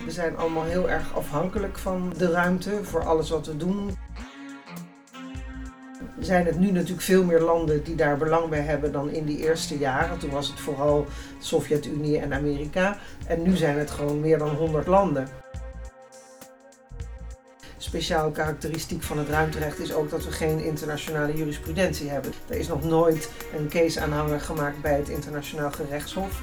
We zijn allemaal heel erg afhankelijk van de ruimte voor alles wat we doen. Zijn het nu natuurlijk veel meer landen die daar belang bij hebben dan in die eerste jaren. Toen was het vooral de Sovjet-Unie en Amerika. En nu zijn het gewoon meer dan 100 landen. Speciaal karakteristiek van het ruimterecht is ook dat we geen internationale jurisprudentie hebben. Er is nog nooit een case aanhanger gemaakt bij het Internationaal Gerechtshof.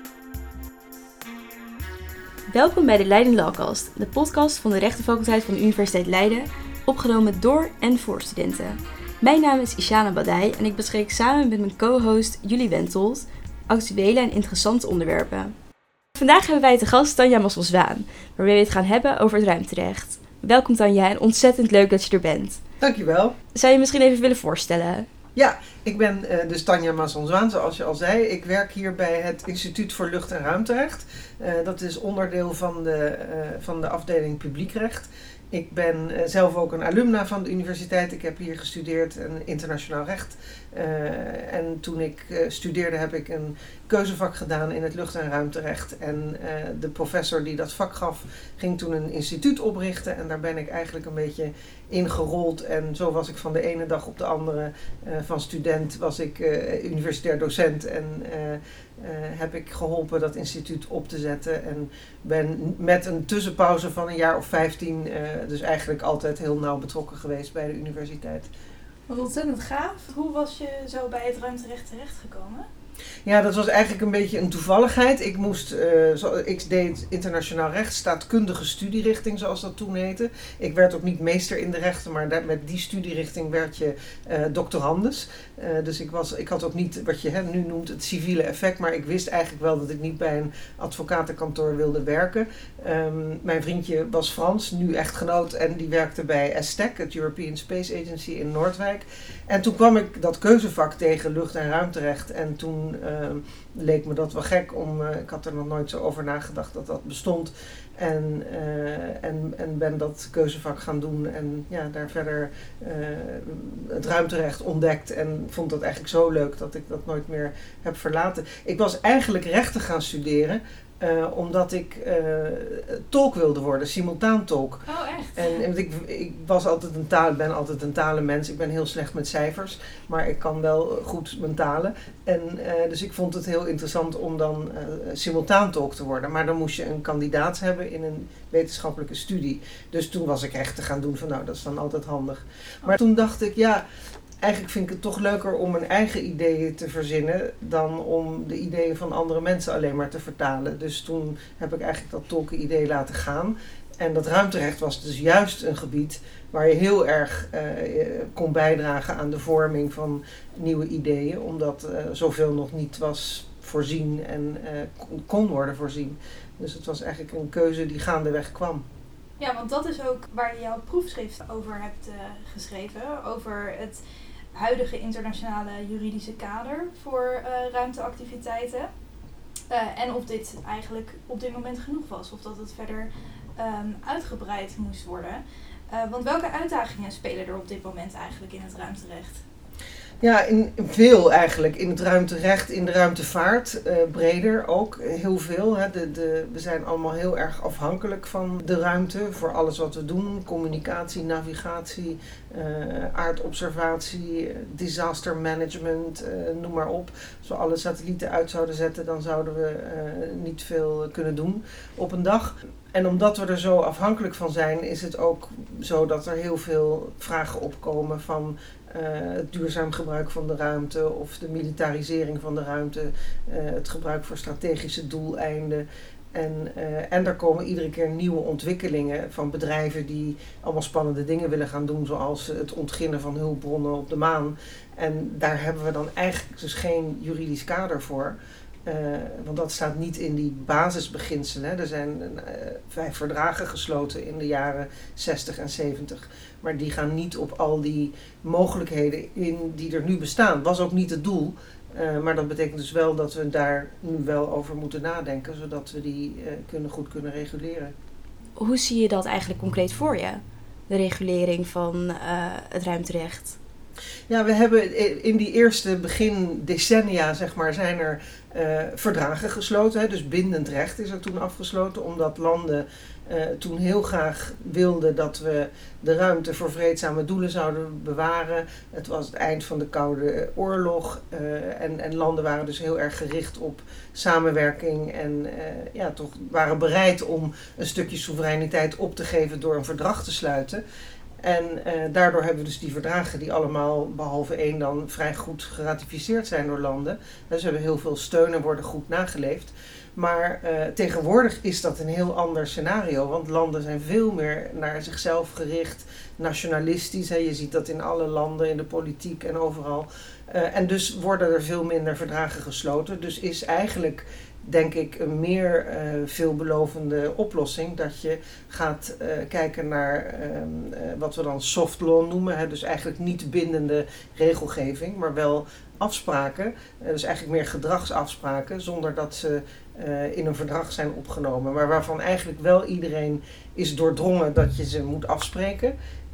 Welkom bij de Leiden Lawcast, de podcast van de rechtenfaculteit van de Universiteit Leiden, opgenomen door en voor studenten. Mijn naam is Ishana Badij en ik bespreek samen met mijn co-host Julie Wentold actuele en interessante onderwerpen. Vandaag hebben wij te gast Tanja Massel-Zwaan, waarmee we het gaan hebben over het ruimterecht. Welkom Tanja en ontzettend leuk dat je er bent. Dankjewel. Zou je misschien even willen voorstellen? Ja, ik ben dus Tanja Massel-Zwaan, zoals je al zei. Ik werk hier bij het Instituut voor Lucht- en Ruimterecht. Dat is onderdeel van de afdeling publiekrecht. Ik ben zelf ook een alumna van de universiteit. Ik heb hier gestudeerd in internationaal recht. En toen ik studeerde heb ik een keuzevak gedaan in het lucht- en ruimterecht. En de professor die dat vak gaf ging toen een instituut oprichten. En daar ben ik eigenlijk een beetje ingerold. En zo was ik van de ene dag op de andere van student was ik universitair docent. En heb ik geholpen dat instituut op te zetten. En ben met een tussenpauze van een jaar of 15 dus eigenlijk altijd heel nauw betrokken geweest bij de universiteit. Wat ontzettend gaaf. Hoe was je zo bij het ruimterecht terechtgekomen? Ja, dat was eigenlijk een beetje een toevalligheid. Ik deed internationaal recht, staatkundige studierichting zoals dat toen heette. Ik werd ook niet meester in de rechten, maar met die studierichting werd je doctorandus. Dus ik had ook niet wat je nu noemt het civiele effect, maar ik wist eigenlijk wel dat ik niet bij een advocatenkantoor wilde werken. Mijn vriendje was Frans, nu echtgenoot, en die werkte bij ESTEC, het European Space Agency in Noordwijk. En toen kwam ik dat keuzevak tegen lucht- en ruimterecht en toen leek me dat wel gek ik had er nog nooit zo over nagedacht dat dat bestond. En ben dat keuzevak gaan doen en ja, daar verder het ruimterecht ontdekt. En vond dat eigenlijk zo leuk dat ik dat nooit meer heb verlaten. Ik was eigenlijk rechten gaan studeren. Omdat ik tolk wilde worden, simultaantolk. Oh, echt? En ik ben altijd een talenmens. Ik ben heel slecht met cijfers, maar ik kan wel goed mijn talen. En dus ik vond het heel interessant om dan simultaantolk te worden. Maar dan moest je een kandidaat hebben in een wetenschappelijke studie. Dus toen was ik rechten gaan doen van nou, dat is dan altijd handig. Maar toen dacht ik, ja, eigenlijk vind ik het toch leuker om mijn eigen ideeën te verzinnen dan om de ideeën van andere mensen alleen maar te vertalen. Dus toen heb ik eigenlijk dat tolken-idee laten gaan. En dat ruimterecht was dus juist een gebied waar je heel erg kon bijdragen aan de vorming van nieuwe ideeën. Omdat zoveel nog niet was voorzien en kon worden voorzien. Dus het was eigenlijk een keuze die gaandeweg kwam. Ja, want dat is ook waar je jouw proefschrift over hebt geschreven. Over het huidige internationale juridische kader voor ruimteactiviteiten. En of dit eigenlijk op dit moment genoeg was. Of dat het verder uitgebreid moest worden. Want welke uitdagingen spelen er op dit moment eigenlijk in het ruimterecht? Ja, in veel eigenlijk. In het ruimterecht, in de ruimtevaart, breder ook heel veel. Hè. We zijn allemaal heel erg afhankelijk van de ruimte voor alles wat we doen. Communicatie, navigatie, aardobservatie, disaster management, noem maar op. Als we alle satellieten uit zouden zetten, dan zouden we niet veel kunnen doen op een dag. En omdat we er zo afhankelijk van zijn, is het ook zo dat er heel veel vragen opkomen van het duurzaam gebruik van de ruimte of de militarisering van de ruimte, het gebruik voor strategische doeleinden. En er komen iedere keer nieuwe ontwikkelingen van bedrijven die allemaal spannende dingen willen gaan doen, zoals het ontginnen van hulpbronnen op de maan. En daar hebben we dan eigenlijk dus geen juridisch kader voor. Want dat staat niet in die basisbeginselen. Er zijn 5 verdragen gesloten in de jaren 60 en 70. Maar die gaan niet op al die mogelijkheden in die er nu bestaan. Was ook niet het doel. Maar dat betekent dus wel dat we daar nu wel over moeten nadenken. Zodat we die goed kunnen reguleren. Hoe zie je dat eigenlijk concreet voor je? De regulering van het ruimterecht? Ja, we hebben in die eerste begin decennia, zeg maar, zijn er verdragen gesloten. Hè? Dus bindend recht is er toen afgesloten, omdat landen toen heel graag wilden dat we de ruimte voor vreedzame doelen zouden bewaren. Het was het eind van de Koude Oorlog en landen waren dus heel erg gericht op samenwerking en toch waren bereid om een stukje soevereiniteit op te geven door een verdrag te sluiten. En daardoor hebben we dus die verdragen die allemaal, behalve één dan, vrij goed geratificeerd zijn door landen. Dus we hebben heel veel steun en worden goed nageleefd. Maar tegenwoordig is dat een heel ander scenario, want landen zijn veel meer naar zichzelf gericht, nationalistisch. Hè. Je ziet dat in alle landen, in de politiek en overal. En dus worden er veel minder verdragen gesloten. Dus is eigenlijk, denk ik, een meer veelbelovende oplossing dat je gaat kijken naar wat we dan soft law noemen. Hè, dus eigenlijk niet bindende regelgeving, maar wel afspraken. Dus eigenlijk meer gedragsafspraken, zonder dat ze in een verdrag zijn opgenomen. Maar waarvan eigenlijk wel iedereen is doordrongen dat je ze moet afspreken.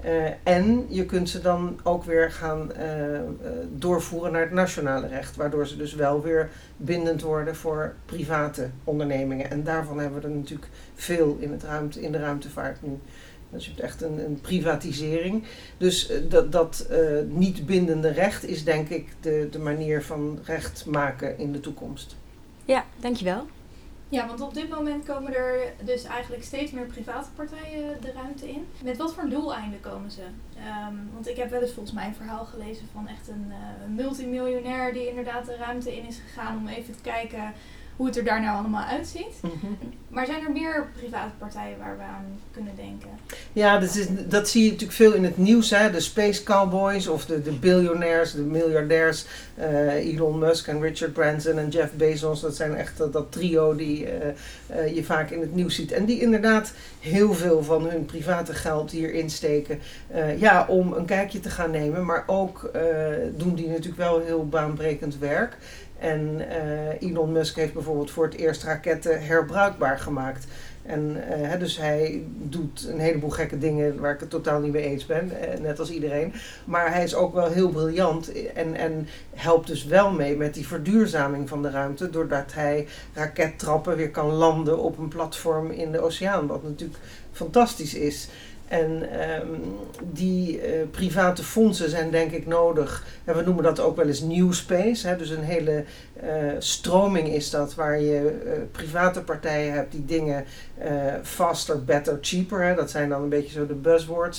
En je kunt ze dan ook weer gaan doorvoeren naar het nationale recht. Waardoor ze dus wel weer bindend worden voor private ondernemingen. En daarvan hebben we er natuurlijk veel in de ruimtevaart nu. Dus je hebt echt een privatisering. Dus dat niet bindende recht is denk ik de manier van recht maken in de toekomst. Ja, dankjewel. Ja, want op dit moment komen er dus eigenlijk steeds meer private partijen de ruimte in. Met wat voor doeleinden komen ze? Want ik heb wel eens volgens mij een verhaal gelezen van echt een multimiljonair die inderdaad de ruimte in is gegaan om even te kijken hoe het er daar nou allemaal uitziet. Mm-hmm. Maar zijn er meer private partijen waar we aan kunnen denken? Ja, dat zie je natuurlijk veel in het nieuws. Hè? De space cowboys of de biljonairs, de miljardairs. Elon Musk en Richard Branson en Jeff Bezos. Dat zijn echt dat trio die je vaak in het nieuws ziet. En die inderdaad heel veel van hun private geld hier insteken. Om een kijkje te gaan nemen. Maar ook doen die natuurlijk wel heel baanbrekend werk. En Elon Musk heeft bijvoorbeeld voor het eerst raketten herbruikbaar gemaakt. En dus hij doet een heleboel gekke dingen waar ik het totaal niet mee eens ben, net als iedereen. Maar hij is ook wel heel briljant en helpt dus wel mee met die verduurzaming van de ruimte. Doordat hij rakettrappen weer kan landen op een platform in de oceaan. Wat natuurlijk fantastisch is. En die private fondsen zijn denk ik nodig. En we noemen dat ook wel eens new space. Hè? Dus een hele stroming is dat waar je private partijen hebt die dingen faster, better, cheaper. Hè? Dat zijn dan een beetje zo de buzzwords.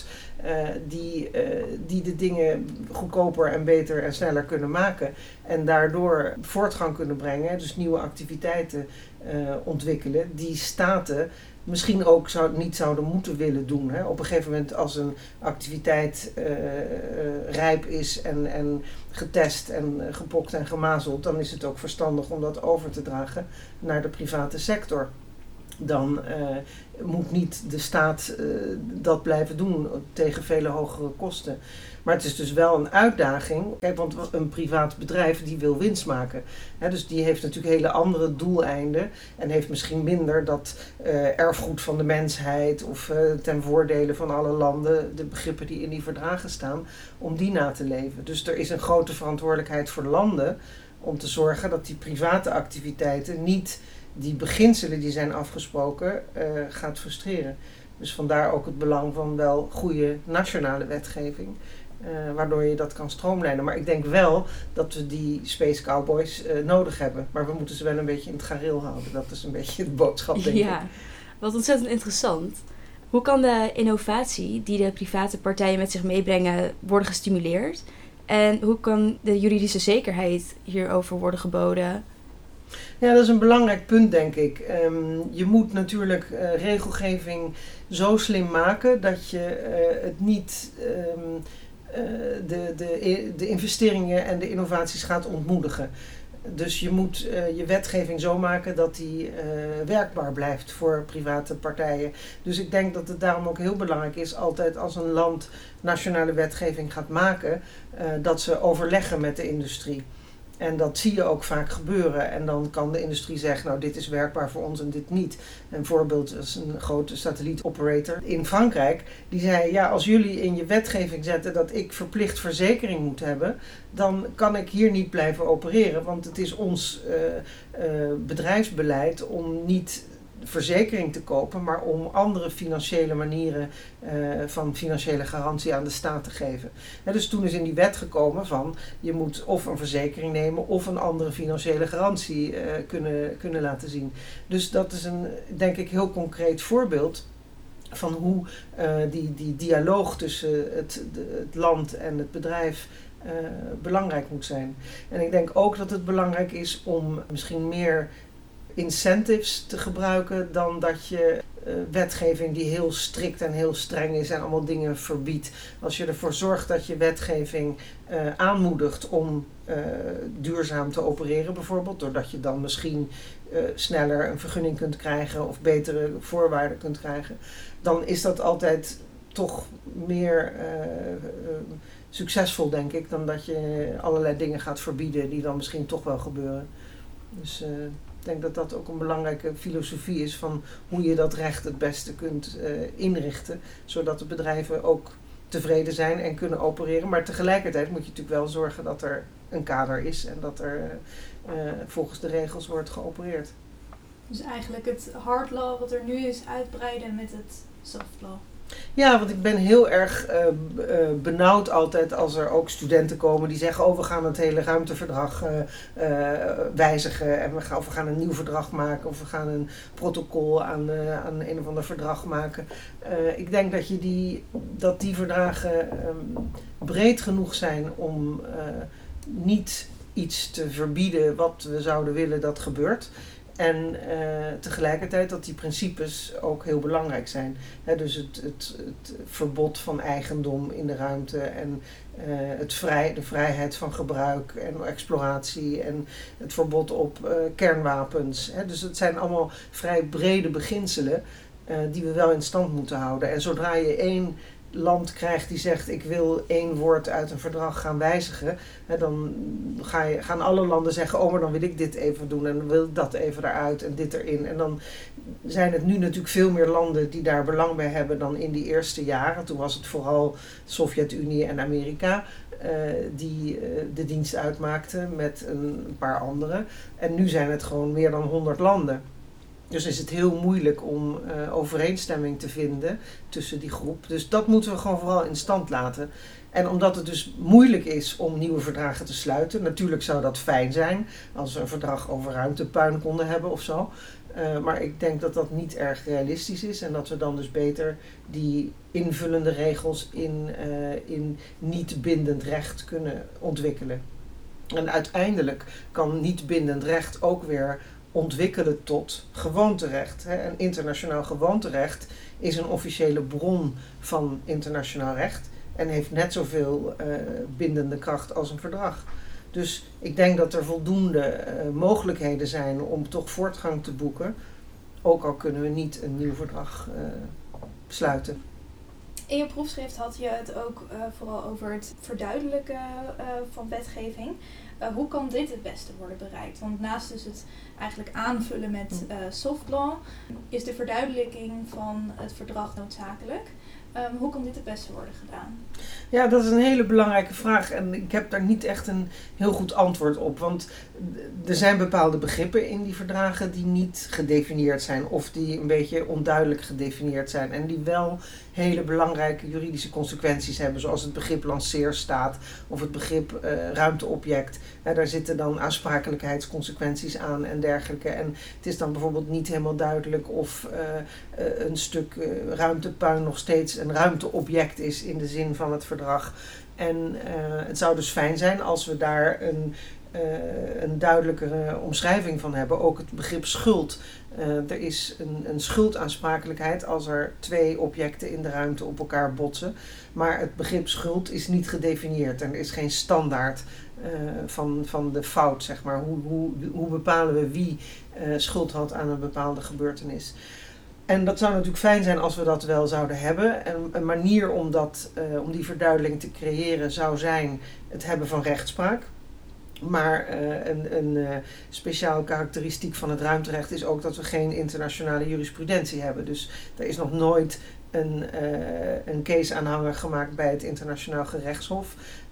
Die de dingen goedkoper en beter en sneller kunnen maken. En daardoor voortgang kunnen brengen. Dus nieuwe activiteiten ontwikkelen die staten misschien ook niet zouden moeten willen doen. Hè. Op een gegeven moment als een activiteit rijp is en getest en gepokt en gemazeld, dan is het ook verstandig om dat over te dragen naar de private sector. Dan moet niet de staat dat blijven doen tegen vele hogere kosten. Maar het is dus wel een uitdaging. Kijk, want een privaat bedrijf die wil winst maken. Hè, dus die heeft natuurlijk hele andere doeleinden. En heeft misschien minder dat erfgoed van de mensheid of ten voordele van alle landen, de begrippen die in die verdragen staan, om die na te leven. Dus er is een grote verantwoordelijkheid voor landen om te zorgen dat die private activiteiten niet die beginselen die zijn afgesproken gaat frustreren. Dus vandaar ook het belang van wel goede nationale wetgeving. Waardoor je dat kan stroomlijnen. Maar ik denk wel dat we die space cowboys nodig hebben. Maar we moeten ze wel een beetje in het gareel houden. Dat is een beetje de boodschap, denk ik. Ja, wat ontzettend interessant. Hoe kan de innovatie die de private partijen met zich meebrengen worden gestimuleerd? En hoe kan de juridische zekerheid hierover worden geboden? Ja, dat is een belangrijk punt, denk ik. Je moet natuurlijk regelgeving zo slim maken dat je het niet de investeringen en de innovaties gaat ontmoedigen. Dus je moet je wetgeving zo maken dat die werkbaar blijft voor private partijen. Dus ik denk dat het daarom ook heel belangrijk is, altijd als een land nationale wetgeving gaat maken, dat ze overleggen met de industrie. En dat zie je ook vaak gebeuren. En dan kan de industrie zeggen, nou dit is werkbaar voor ons en dit niet. Een voorbeeld is een grote satellietoperator in Frankrijk. Die zei, ja, als jullie in je wetgeving zetten dat ik verplicht verzekering moet hebben, dan kan ik hier niet blijven opereren. Want het is ons bedrijfsbeleid om niet verzekering te kopen, maar om andere financiële manieren van financiële garantie aan de staat te geven. Dus toen is in die wet gekomen van je moet of een verzekering nemen of een andere financiële garantie kunnen laten zien. Dus dat is een, denk ik, heel concreet voorbeeld van hoe die dialoog tussen het land en het bedrijf belangrijk moet zijn. En ik denk ook dat het belangrijk is om misschien meer incentives te gebruiken dan dat je wetgeving die heel strikt en heel streng is en allemaal dingen verbiedt. Als je ervoor zorgt dat je wetgeving aanmoedigt om duurzaam te opereren bijvoorbeeld, doordat je dan misschien sneller een vergunning kunt krijgen of betere voorwaarden kunt krijgen, dan is dat altijd toch meer succesvol, denk ik, dan dat je allerlei dingen gaat verbieden die dan misschien toch wel gebeuren. Dus ik denk dat dat ook een belangrijke filosofie is van hoe je dat recht het beste kunt inrichten, zodat de bedrijven ook tevreden zijn en kunnen opereren. Maar tegelijkertijd moet je natuurlijk wel zorgen dat er een kader is en dat er volgens de regels wordt geopereerd. Dus eigenlijk het hard law wat er nu is uitbreiden met het soft law. Ja, want ik ben heel erg benauwd altijd als er ook studenten komen die zeggen, oh we gaan het hele ruimteverdrag wijzigen en we gaan een nieuw verdrag maken of we gaan een protocol aan een of ander verdrag maken. Ik denk dat die verdragen breed genoeg zijn om niet iets te verbieden wat we zouden willen dat gebeurt. En tegelijkertijd dat die principes ook heel belangrijk zijn. Dus het verbod van eigendom in de ruimte en de vrijheid van gebruik en exploratie en het verbod op kernwapens. Dus het zijn allemaal vrij brede beginselen die we wel in stand moeten houden. En zodra je één land krijgt die zegt ik wil één woord uit een verdrag gaan wijzigen, dan gaan alle landen zeggen, oh maar dan wil ik dit even doen en dan wil ik dat even eruit en dit erin. En dan zijn het nu natuurlijk veel meer landen die daar belang bij hebben dan in die eerste jaren. Toen was het vooral de Sovjet-Unie en Amerika die de dienst uitmaakten met een paar anderen. En nu zijn het gewoon meer dan 100 landen. Dus is het heel moeilijk om overeenstemming te vinden tussen die groep. Dus dat moeten we gewoon vooral in stand laten. En omdat het dus moeilijk is om nieuwe verdragen te sluiten. Natuurlijk zou dat fijn zijn als we een verdrag over ruimtepuin konden hebben of zo. Maar ik denk dat dat niet erg realistisch is. En dat we dan dus beter die invullende regels in niet bindend recht kunnen ontwikkelen. En uiteindelijk kan niet bindend recht ook weer ontwikkelen tot gewoonterecht. Een internationaal gewoonterecht is een officiële bron van internationaal recht en heeft net zoveel bindende kracht als een verdrag. Dus ik denk dat er voldoende mogelijkheden zijn om toch voortgang te boeken, ook al kunnen we niet een nieuw verdrag sluiten. In je proefschrift had je het ook vooral over het verduidelijken van wetgeving. Hoe kan dit het beste worden bereikt? Want naast dus het eigenlijk aanvullen met soft law, is de verduidelijking van het verdrag noodzakelijk. Hoe kan dit het beste worden gedaan? Ja, dat is een hele belangrijke vraag en ik heb daar niet echt een heel goed antwoord op. Want er zijn bepaalde begrippen in die verdragen die niet gedefinieerd zijn of die een beetje onduidelijk gedefinieerd zijn. En die wel hele belangrijke juridische consequenties hebben, zoals het begrip lanceerstaat of het begrip ruimteobject. Daar zitten dan aansprakelijkheidsconsequenties aan en dergelijke. En het is dan bijvoorbeeld niet helemaal duidelijk of een stuk ruimtepuin nog steeds een ruimteobject is in de zin van het verdrag. En het zou dus fijn zijn als we daar een duidelijkere omschrijving van hebben. Ook het begrip schuld. Er is een schuldaanssprakelijkheid als er twee objecten in de ruimte op elkaar botsen. Maar het begrip schuld is niet gedefinieerd en er is geen standaard van de fout, zeg maar. Hoe bepalen we wie schuld had aan een bepaalde gebeurtenis? En dat zou natuurlijk fijn zijn als we dat wel zouden hebben. En een manier om die verduidelijking te creëren zou zijn het hebben van rechtspraak. Maar een speciaal karakteristiek van het ruimterecht is ook dat we geen internationale jurisprudentie hebben. Dus er is nog nooit een case-aanhanger gemaakt bij het Internationaal Gerechtshof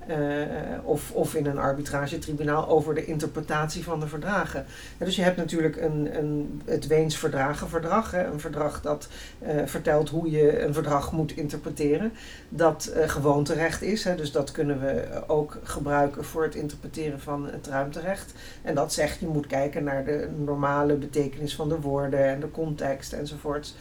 of in een arbitragetribunaal over de interpretatie van de verdragen. Dus je hebt natuurlijk het Weens Verdragenverdrag, een verdrag dat vertelt hoe je een verdrag moet interpreteren. Dat gewoonterecht is, dus dat kunnen we ook gebruiken voor het interpreteren van het ruimterecht. En dat zegt, je moet kijken naar de normale betekenis van de woorden en de context enzovoorts.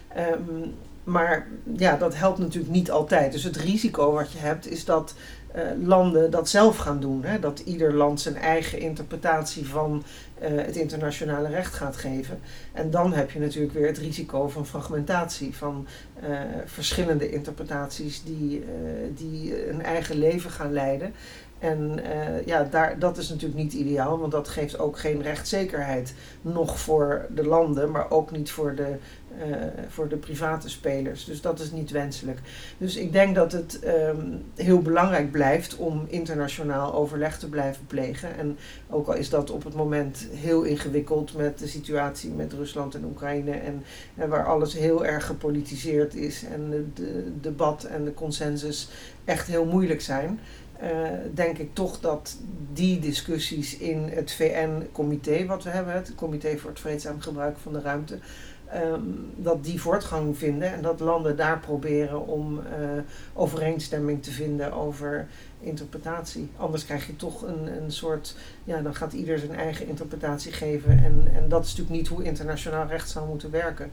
Maar ja, dat helpt natuurlijk niet altijd. Dus het risico wat je hebt is dat landen dat zelf gaan doen. Hè? Dat ieder land zijn eigen interpretatie van het internationale recht gaat geven. En dan heb je natuurlijk weer het risico van fragmentatie. Van verschillende interpretaties die een eigen leven gaan leiden. En dat is natuurlijk niet ideaal, want dat geeft ook geen rechtszekerheid. Nog voor de landen, maar ook niet voor de private spelers. Dus dat is niet wenselijk. Dus ik denk dat het heel belangrijk blijft om internationaal overleg te blijven plegen. En ook al is dat op het moment heel ingewikkeld met de situatie met Rusland en Oekraïne. En waar alles heel erg gepolitiseerd is en het debat en de consensus echt heel moeilijk zijn. Denk ik toch dat die discussies in het VN-comité wat we hebben, het Comité voor het Vreedzaam Gebruik van de Ruimte, dat die voortgang vinden en dat landen daar proberen om overeenstemming te vinden over interpretatie. Anders krijg je toch een soort, dan gaat ieder zijn eigen interpretatie geven en dat is natuurlijk niet hoe internationaal recht zou moeten werken.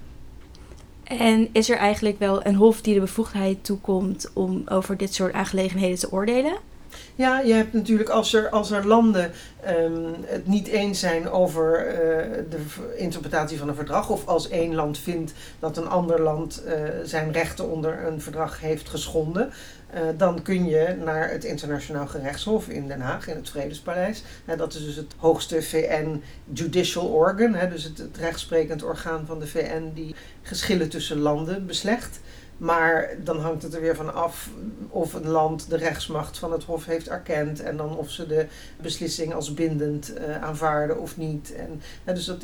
En is er eigenlijk wel een hof die de bevoegdheid toekomt om over dit soort aangelegenheden te oordelen? Ja, je hebt natuurlijk als er landen het niet eens zijn over de interpretatie van een verdrag, of als één land vindt dat een ander land zijn rechten onder een verdrag heeft geschonden, dan kun je naar het Internationaal Gerechtshof in Den Haag, in het Vredespaleis. Dat is dus het hoogste VN Judicial Organ, dus het rechtsprekend orgaan van de VN die geschillen tussen landen beslecht. Maar dan hangt het er weer van af of een land de rechtsmacht van het Hof heeft erkend en dan of ze de beslissing als bindend aanvaarden of niet. En dus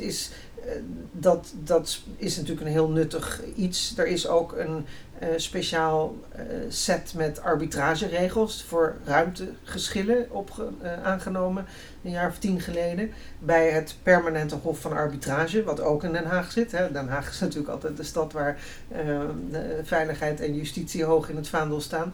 dat is natuurlijk een heel nuttig iets. Er is ook een speciaal set met arbitrageregels voor ruimtegeschillen aangenomen een jaar of 10 geleden bij het Permanente Hof van Arbitrage, wat ook in Den Haag zit. Den Haag is natuurlijk altijd de stad waar de veiligheid en justitie hoog in het vaandel staan.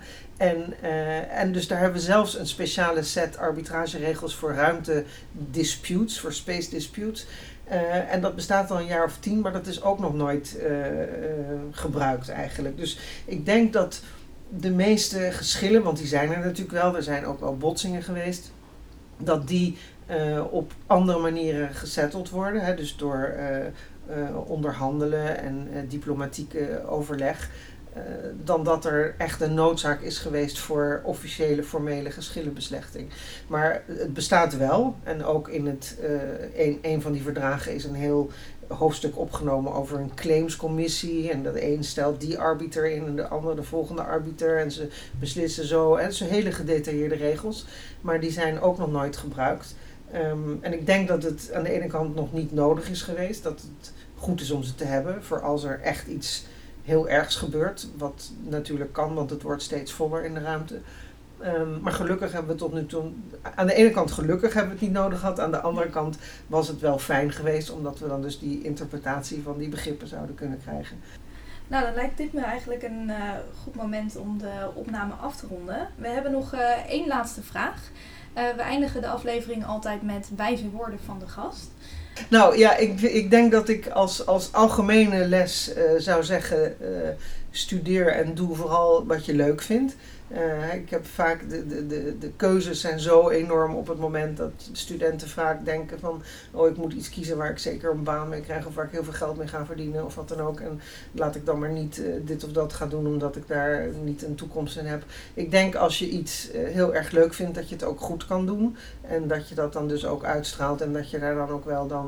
En dus daar hebben we zelfs een speciale set arbitrageregels voor ruimtedisputes, voor space disputes. En dat bestaat al een jaar of 10, maar dat is ook nog nooit gebruikt eigenlijk. Dus ik denk dat de meeste geschillen, want die zijn er natuurlijk wel, er zijn ook wel botsingen geweest, dat die op andere manieren gesetteld worden. Dus door onderhandelen en diplomatieke overleg. Dan dat er echt een noodzaak is geweest voor officiële, formele geschillenbeslechting. Maar het bestaat wel. En ook in een van die verdragen is een heel hoofdstuk opgenomen over een claimscommissie. En de een stelt die arbiter in en de ander de volgende arbiter. En ze beslissen zo. En het zijn hele gedetailleerde regels. Maar die zijn ook nog nooit gebruikt. En ik denk dat het aan de ene kant nog niet nodig is geweest. Dat het goed is om ze te hebben. Voor als er echt iets heel ergs gebeurt. Wat natuurlijk kan, want het wordt steeds voller in de ruimte. Maar gelukkig hebben we tot nu toe, aan de ene kant gelukkig hebben we het niet nodig gehad. Aan de andere kant was het wel fijn geweest, omdat we dan dus die interpretatie van die begrippen zouden kunnen krijgen. Nou, dan lijkt dit me eigenlijk een goed moment om de opname af te ronden. We hebben nog 1 laatste vraag. We eindigen de aflevering altijd met wijze woorden van de gast. Nou ja, ik denk dat ik als algemene les zou zeggen, studeer en doe vooral wat je leuk vindt. Ik heb vaak de keuzes zijn zo enorm op het moment dat studenten vaak denken van ik moet iets kiezen waar ik zeker een baan mee krijg of waar ik heel veel geld mee ga verdienen of wat dan ook. En laat ik dan maar niet dit of dat gaan doen omdat ik daar niet een toekomst in heb. Ik denk als je iets heel erg leuk vindt dat je het ook goed kan doen en dat je dat dan dus ook uitstraalt en dat je daar dan ook wel dan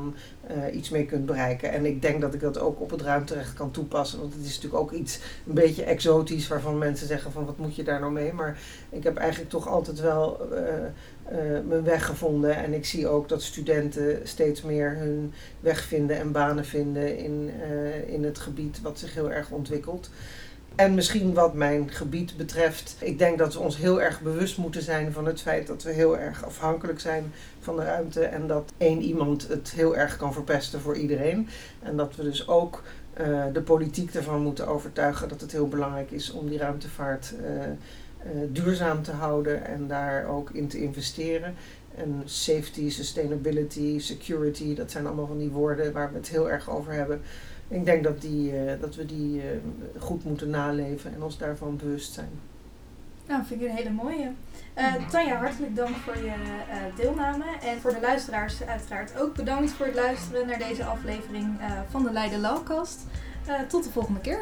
iets mee kunt bereiken. En ik denk dat ik dat ook op het ruimterecht kan toepassen. Want het is natuurlijk ook iets een beetje exotisch waarvan mensen zeggen van wat moet je daar nou mee. Maar ik heb eigenlijk toch altijd wel mijn weg gevonden. En ik zie ook dat studenten steeds meer hun weg vinden en banen vinden in het gebied wat zich heel erg ontwikkelt. En misschien wat mijn gebied betreft, ik denk dat we ons heel erg bewust moeten zijn van het feit dat we heel erg afhankelijk zijn van de ruimte en dat één iemand het heel erg kan verpesten voor iedereen. En dat we dus ook de politiek ervan moeten overtuigen dat het heel belangrijk is om die ruimtevaart duurzaam te houden en daar ook in te investeren. En safety, sustainability, security, dat zijn allemaal van die woorden waar we het heel erg over hebben. Ik denk dat we die goed moeten naleven en ons daarvan bewust zijn. Nou, vind ik een hele mooie. Tanja, hartelijk dank voor je deelname. En voor de luisteraars uiteraard ook bedankt voor het luisteren naar deze aflevering van de Leiden Lawcast. Tot de volgende keer.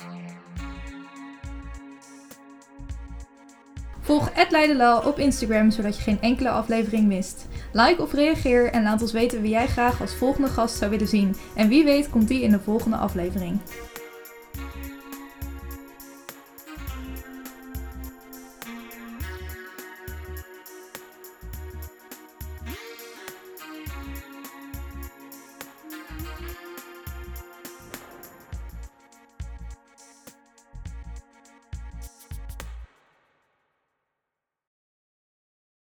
Volg @LeidenLaw op Instagram, zodat je geen enkele aflevering mist. Like of reageer en laat ons weten wie jij graag als volgende gast zou willen zien. En wie weet komt die in de volgende aflevering.